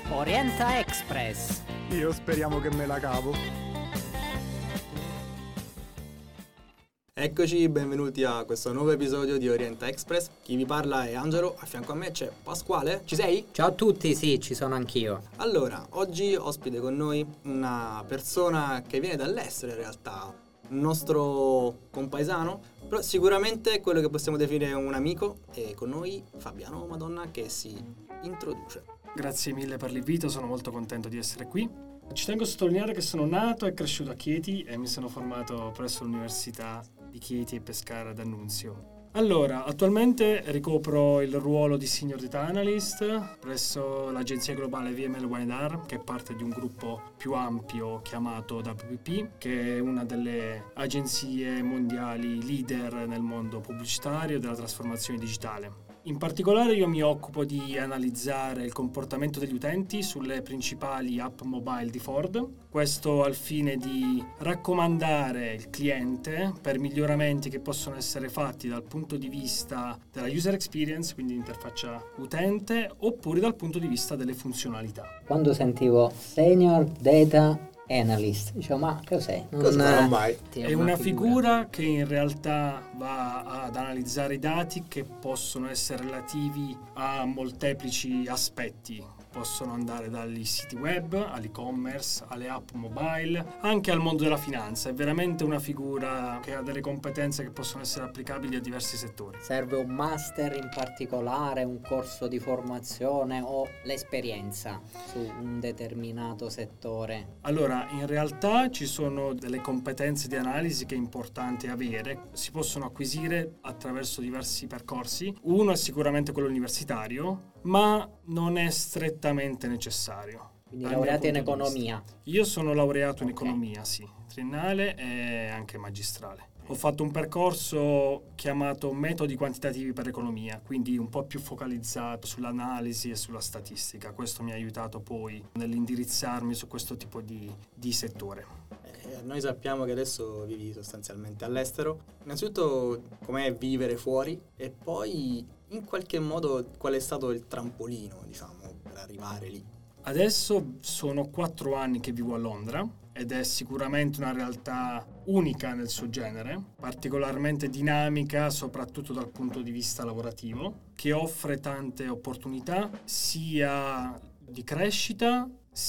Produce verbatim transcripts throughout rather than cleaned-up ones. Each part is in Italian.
Orienta Express. Io speriamo che me la cavo. Eccoci, benvenuti a questo nuovo episodio di Orienta Express. Chi vi parla è Angelo, a fianco a me c'è Pasquale. Ci sei? Ciao a tutti, sì, ci sono anch'io. Allora, oggi ospite con noi una persona che viene dall'estero in realtà, un nostro compaesano, però sicuramente quello che possiamo definire un amico, e con noi Fabiano Madonna che si introduce. Grazie mille per l'invito, sono molto contento di essere qui. Ci tengo a sottolineare che sono nato e cresciuto a Chieti e mi sono formato presso l'Università di Chieti e Pescara d'Annunzio. Allora, attualmente ricopro il ruolo di Senior Data Analyst presso l'agenzia globale V M L Wynedar, che è parte di un gruppo più ampio chiamato W P P, che è una delle agenzie mondiali leader nel mondo pubblicitario e della trasformazione digitale. In particolare io mi occupo di analizzare il comportamento degli utenti sulle principali app mobile di Ford, questo al fine di raccomandare il cliente per miglioramenti che possono essere fatti dal punto di vista della user experience, quindi interfaccia utente, oppure dal punto di vista delle funzionalità. Quando sentivo Senior Data Analyst, dicevo, ma che cos'è? Non Cosa farà mai? È una figura che in realtà va ad analizzare i dati che possono essere relativi a molteplici aspetti. Possono andare dagli siti web all'e-commerce, alle app mobile, anche al mondo della finanza. È veramente una figura che ha delle competenze che possono essere applicabili a diversi settori. Serve un master in particolare, un corso di formazione o l'esperienza su un determinato settore? Allora, in realtà ci sono delle competenze di analisi che è importante avere, si possono acquisire attraverso diversi percorsi. Uno è sicuramente quello universitario, ma non è strettamente necessario. Quindi laureati in economia? Io sono laureato in Okay. economia, sì, triennale e anche magistrale. Ho fatto un percorso chiamato metodi quantitativi per economia, quindi un po' più focalizzato sull'analisi e sulla statistica. Questo mi ha aiutato poi nell'indirizzarmi su questo tipo di, di settore. Eh, noi sappiamo che adesso vivi sostanzialmente all'estero. Innanzitutto com'è vivere fuori e poi in qualche modo qual è stato il trampolino, diciamo, per arrivare lì? Adesso sono quattro anni che vivo a Londra ed è sicuramente una realtà unica nel suo genere, particolarmente dinamica soprattutto dal punto di vista lavorativo, che offre tante opportunità sia di crescita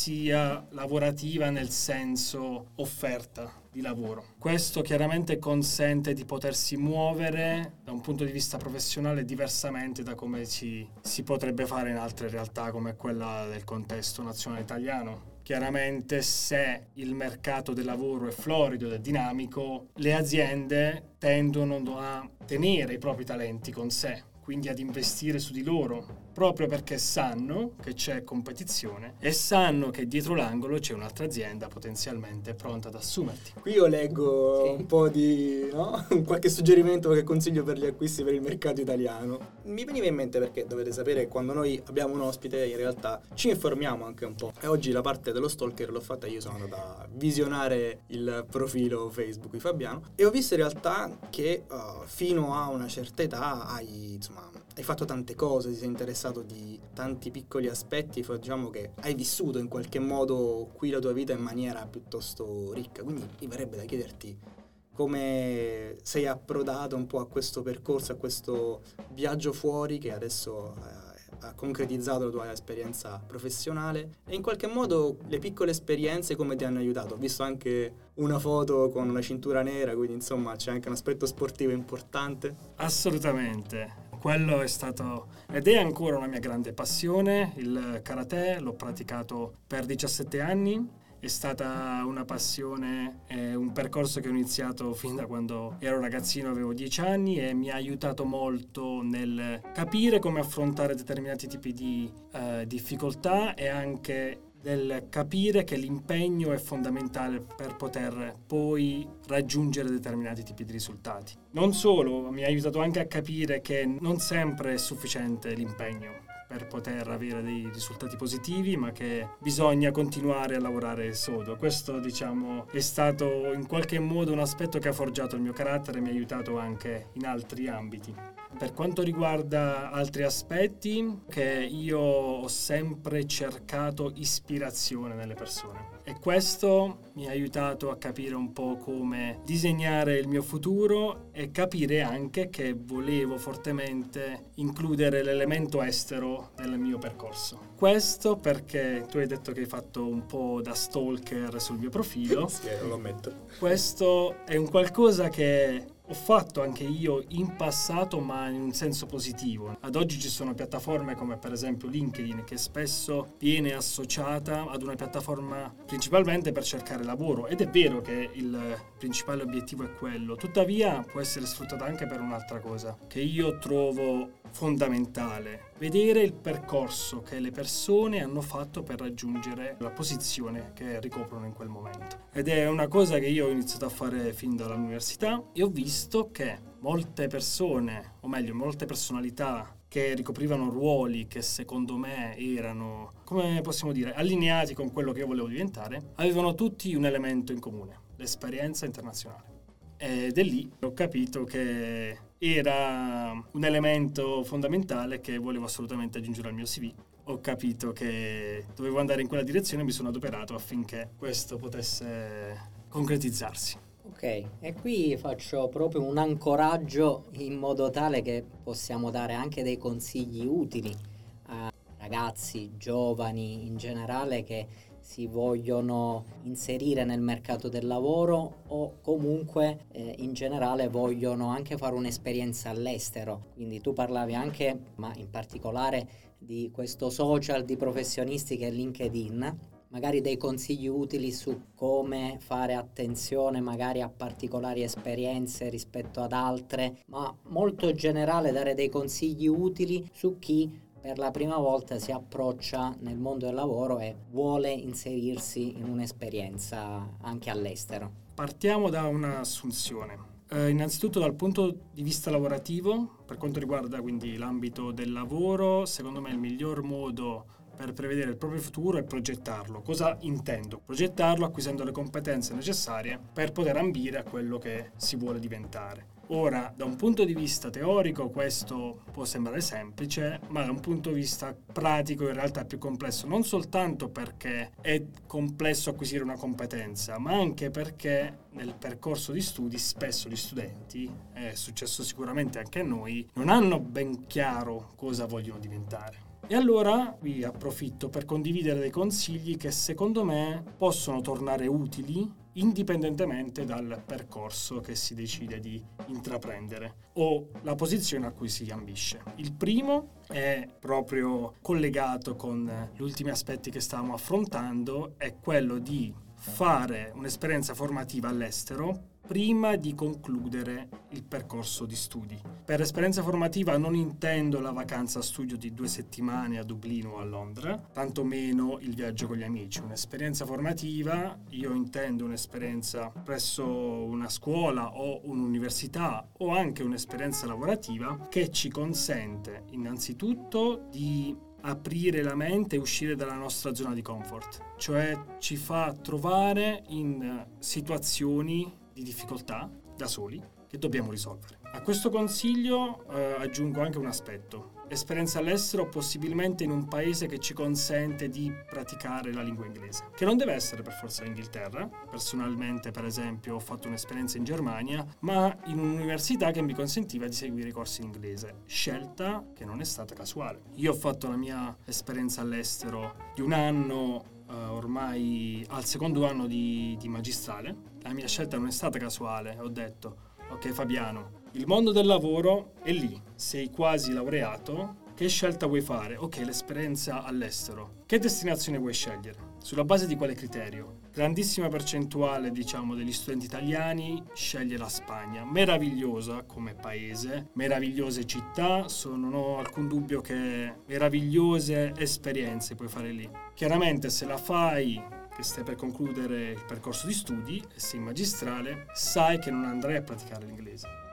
sia lavorativa nel senso offerta di lavoro. Questo chiaramente consente di potersi muovere da un punto di vista professionale diversamente da come ci, si potrebbe fare in altre realtà come quella del contesto nazionale italiano. Chiaramente se il mercato del lavoro è florido ed è dinamico, le aziende tendono a tenere i propri talenti con sé, quindi ad investire su di loro, proprio perché sanno che c'è competizione e sanno che dietro l'angolo c'è un'altra azienda potenzialmente pronta ad assumerti. Qui io leggo Sì. un po' di, no? qualche suggerimento, qualche consiglio per gli acquisti per il mercato italiano. Mi veniva in mente perché dovete sapere che quando noi abbiamo un ospite in realtà ci informiamo anche un po'. E oggi la parte dello stalker l'ho fatta io, sono andato a visionare il profilo Facebook di Fabiano e ho visto in realtà che uh, fino a una certa età hai, insomma, hai fatto tante cose, ti sei interessato di tanti piccoli aspetti, diciamo che hai vissuto in qualche modo qui la tua vita in maniera piuttosto ricca, quindi mi verrebbe da chiederti come sei approdato un po' a questo percorso, a questo viaggio fuori che adesso eh, ha concretizzato la tua esperienza professionale e in qualche modo le piccole esperienze come ti hanno aiutato. Ho visto anche una foto con una cintura nera, quindi insomma c'è anche un aspetto sportivo importante. Assolutamente. Quello è stato ed è ancora una mia grande passione, il karate, l'ho praticato per diciassette anni, è stata una passione, eh, un percorso che ho iniziato fin da quando ero ragazzino, avevo dieci anni e mi ha aiutato molto nel capire come affrontare determinati tipi di eh, difficoltà e anche del capire che l'impegno è fondamentale per poter poi raggiungere determinati tipi di risultati. Non solo, mi ha aiutato anche a capire che non sempre è sufficiente l'impegno. per poter avere dei risultati positivi, ma che bisogna continuare a lavorare sodo. Questo, diciamo, è stato in qualche modo un aspetto che ha forgiato il mio carattere e mi ha aiutato anche in altri ambiti. Per quanto riguarda altri aspetti, che io ho sempre cercato ispirazione nelle persone e questo mi ha aiutato a capire un po' come disegnare il mio futuro e capire anche che volevo fortemente includere l'elemento estero nel mio percorso. Questo perché tu hai detto che hai fatto un po' da stalker sul mio profilo. Sì, lo ammetto. Questo è un qualcosa che ho fatto anche io in passato, ma in un senso positivo. Ad oggi ci sono piattaforme come per esempio LinkedIn, che spesso viene associata ad una piattaforma principalmente per cercare lavoro, ed è vero che il principale obiettivo è quello. Tuttavia può essere sfruttata anche per un'altra cosa, che io trovo fondamentale: vedere il percorso che le persone hanno fatto per raggiungere la posizione che ricoprono in quel momento. Ed è una cosa che io ho iniziato a fare fin dall'università e ho visto che molte persone, o meglio molte personalità che ricoprivano ruoli che secondo me erano, come possiamo dire, allineati con quello che io volevo diventare, avevano tutti un elemento in comune: l'esperienza internazionale. Ed è lì che ho capito che era un elemento fondamentale che volevo assolutamente aggiungere al mio C V. Ho capito che dovevo andare in quella direzione e mi sono adoperato affinché questo potesse concretizzarsi. Ok, e qui faccio proprio un ancoraggio in modo tale che possiamo dare anche dei consigli utili a ragazzi, giovani in generale che si vogliono inserire nel mercato del lavoro o comunque eh, in generale vogliono anche fare un'esperienza all'estero. Quindi tu parlavi anche, ma in particolare, di questo social di professionisti che è LinkedIn, magari dei consigli utili su come fare attenzione magari a particolari esperienze rispetto ad altre, ma molto generale dare dei consigli utili su chi per la prima volta si approccia nel mondo del lavoro e vuole inserirsi in un'esperienza anche all'estero. Partiamo da un'assunzione. Eh, innanzitutto dal punto di vista lavorativo, per quanto riguarda quindi l'ambito del lavoro, secondo me il miglior modo per prevedere il proprio futuro è progettarlo. Cosa intendo? Progettarlo acquisendo le competenze necessarie per poter ambire a quello che si vuole diventare. Ora, da un punto di vista teorico questo può sembrare semplice, ma da un punto di vista pratico in realtà è più complesso, non soltanto perché è complesso acquisire una competenza, ma anche perché nel percorso di studi spesso gli studenti, è successo sicuramente anche a noi, non hanno ben chiaro cosa vogliono diventare. E allora vi approfitto per condividere dei consigli che secondo me possono tornare utili indipendentemente dal percorso che si decide di intraprendere o la posizione a cui si ambisce. Il primo è proprio collegato con gli ultimi aspetti che stavamo affrontando, è quello di fare un'esperienza formativa all'estero prima di concludere il percorso di studi. Per esperienza formativa non intendo la vacanza studio di due settimane a Dublino o a Londra, tantomeno il viaggio con gli amici. Un'esperienza formativa, io intendo un'esperienza presso una scuola o un'università o anche un'esperienza lavorativa che ci consente innanzitutto di aprire la mente e uscire dalla nostra zona di comfort, cioè ci fa trovare in situazioni di difficoltà da soli che dobbiamo risolvere. A questo consiglio eh, aggiungo anche un aspetto: esperienza all'estero, possibilmente in un paese che ci consente di praticare la lingua inglese, che non deve essere per forza l'Inghilterra. Personalmente, per esempio, ho fatto un'esperienza in Germania, ma in un'università che mi consentiva di seguire i corsi in inglese, scelta che non è stata casuale. Io ho fatto la mia esperienza all'estero di un anno, Uh, ormai al secondo anno di, di magistrale. La mia scelta non è stata casuale, ho detto: ok Fabiano, il mondo del lavoro è lì, sei quasi laureato, che scelta vuoi fare? Ok, l'esperienza all'estero. Che destinazione vuoi scegliere? Sulla base di quale criterio? Grandissima percentuale, diciamo, degli studenti italiani sceglie la Spagna. Meravigliosa come paese, meravigliose città, sono, non ho alcun dubbio che meravigliose esperienze puoi fare lì. Chiaramente se la fai, che stai per concludere il percorso di studi e sei magistrale, sai che non andrai a praticare l'inglese.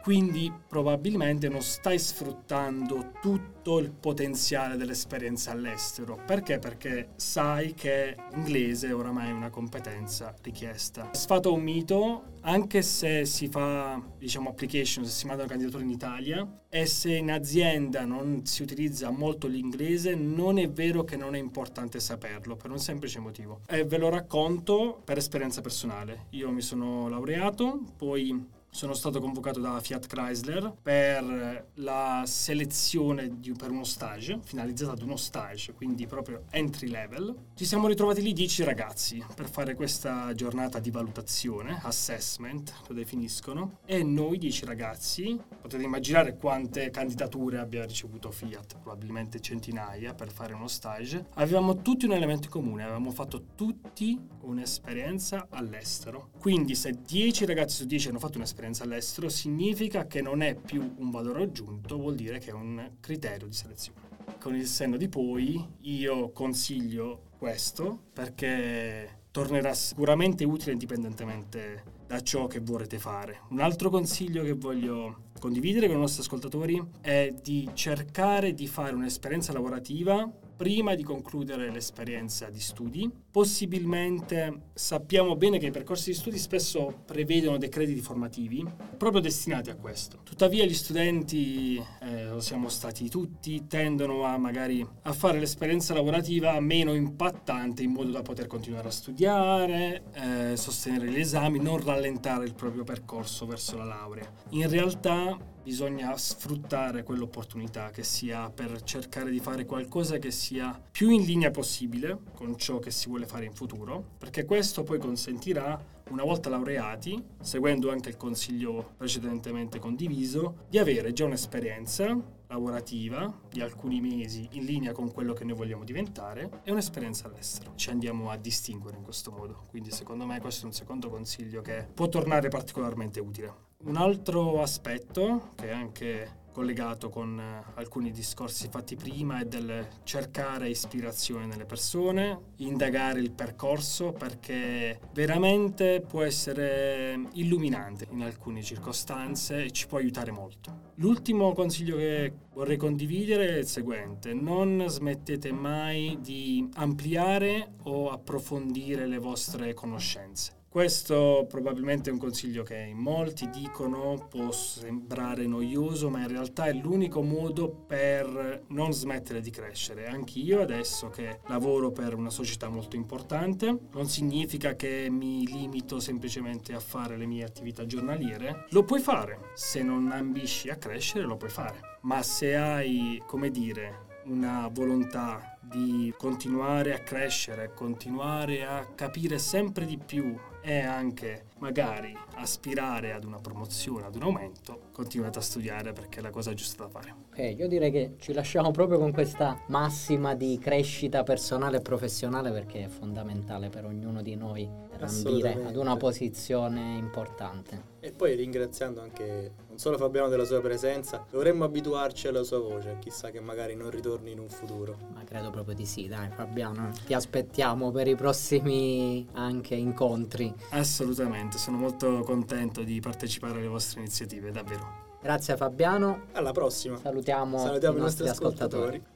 quindi probabilmente non stai sfruttando tutto il potenziale dell'esperienza all'estero. Perché? Perché sai che l'inglese oramai è una competenza richiesta. Sfato un mito, anche se si fa, diciamo, application, se si manda una candidatura in Italia e se in azienda non si utilizza molto l'inglese, non è vero che non è importante saperlo, per un semplice motivo. E ve lo racconto per esperienza personale. Io mi sono laureato, poi sono stato convocato da Fiat Chrysler per la selezione di, per uno stage, finalizzata ad uno stage, quindi proprio entry level. Ci siamo ritrovati lì dieci ragazzi per fare questa giornata di valutazione, assessment, lo definiscono, e noi dieci ragazzi, potete immaginare quante candidature abbia ricevuto Fiat, probabilmente centinaia per fare uno stage. Avevamo tutti un elemento in comune, avevamo fatto tutti un'esperienza all'estero. Quindi se dieci ragazzi su dieci hanno fatto un'esperienza all'estero, significa che non è più un valore aggiunto, vuol dire che è un criterio di selezione. Con il senno di poi io consiglio questo perché tornerà sicuramente utile indipendentemente da ciò che vorrete fare. Un altro consiglio che voglio condividere con i nostri ascoltatori è di cercare di fare un'esperienza lavorativa prima di concludere l'esperienza di studi. Possibilmente sappiamo bene che i percorsi di studi spesso prevedono dei crediti formativi proprio destinati a questo. Tuttavia gli studenti, eh, lo siamo stati tutti, tendono a magari a fare l'esperienza lavorativa meno impattante in modo da poter continuare a studiare, eh, sostenere gli esami, non rallentare il proprio percorso verso la laurea. In realtà bisogna sfruttare quell'opportunità che sia per cercare di fare qualcosa che sia più in linea possibile con ciò che si vuole fare in futuro, perché questo poi consentirà, una volta laureati, seguendo anche il consiglio precedentemente condiviso, di avere già un'esperienza lavorativa di alcuni mesi in linea con quello che noi vogliamo diventare e un'esperienza all'estero. Ci andiamo a distinguere in questo modo, quindi secondo me questo è un secondo consiglio che può tornare particolarmente utile. Un altro aspetto che è anche collegato con alcuni discorsi fatti prima è del cercare ispirazione nelle persone, indagare il percorso, perché veramente può essere illuminante in alcune circostanze e ci può aiutare molto. L'ultimo consiglio che vorrei condividere è il seguente: non smettete mai di ampliare o approfondire le vostre conoscenze. Questo probabilmente è un consiglio che in molti dicono può sembrare noioso, ma in realtà è l'unico modo per non smettere di crescere. Anch'io adesso che lavoro per una società molto importante, non significa che mi limito semplicemente a fare le mie attività giornaliere. Lo puoi fare, se non ambisci a crescere lo puoi fare, ma se hai, come dire, una volontà di continuare a crescere, continuare a capire sempre di più e anche magari aspirare ad una promozione, ad un aumento, continuate a studiare perché è la cosa giusta da fare. Ok, io direi che ci lasciamo proprio con questa massima di crescita personale e professionale, perché è fondamentale per ognuno di noi per ambire ad una posizione importante. E poi ringraziando anche non solo Fabiano della sua presenza, dovremmo abituarci alla sua voce, chissà che magari non ritorni in un futuro. Ma credo proprio di sì, dai Fabiano, ti aspettiamo per i prossimi anche incontri. Assolutamente, sono molto contento di partecipare alle vostre iniziative, davvero. Grazie Fabiano. Alla prossima. Salutiamo, Salutiamo i i nostri nostri ascoltatori. ascoltatori.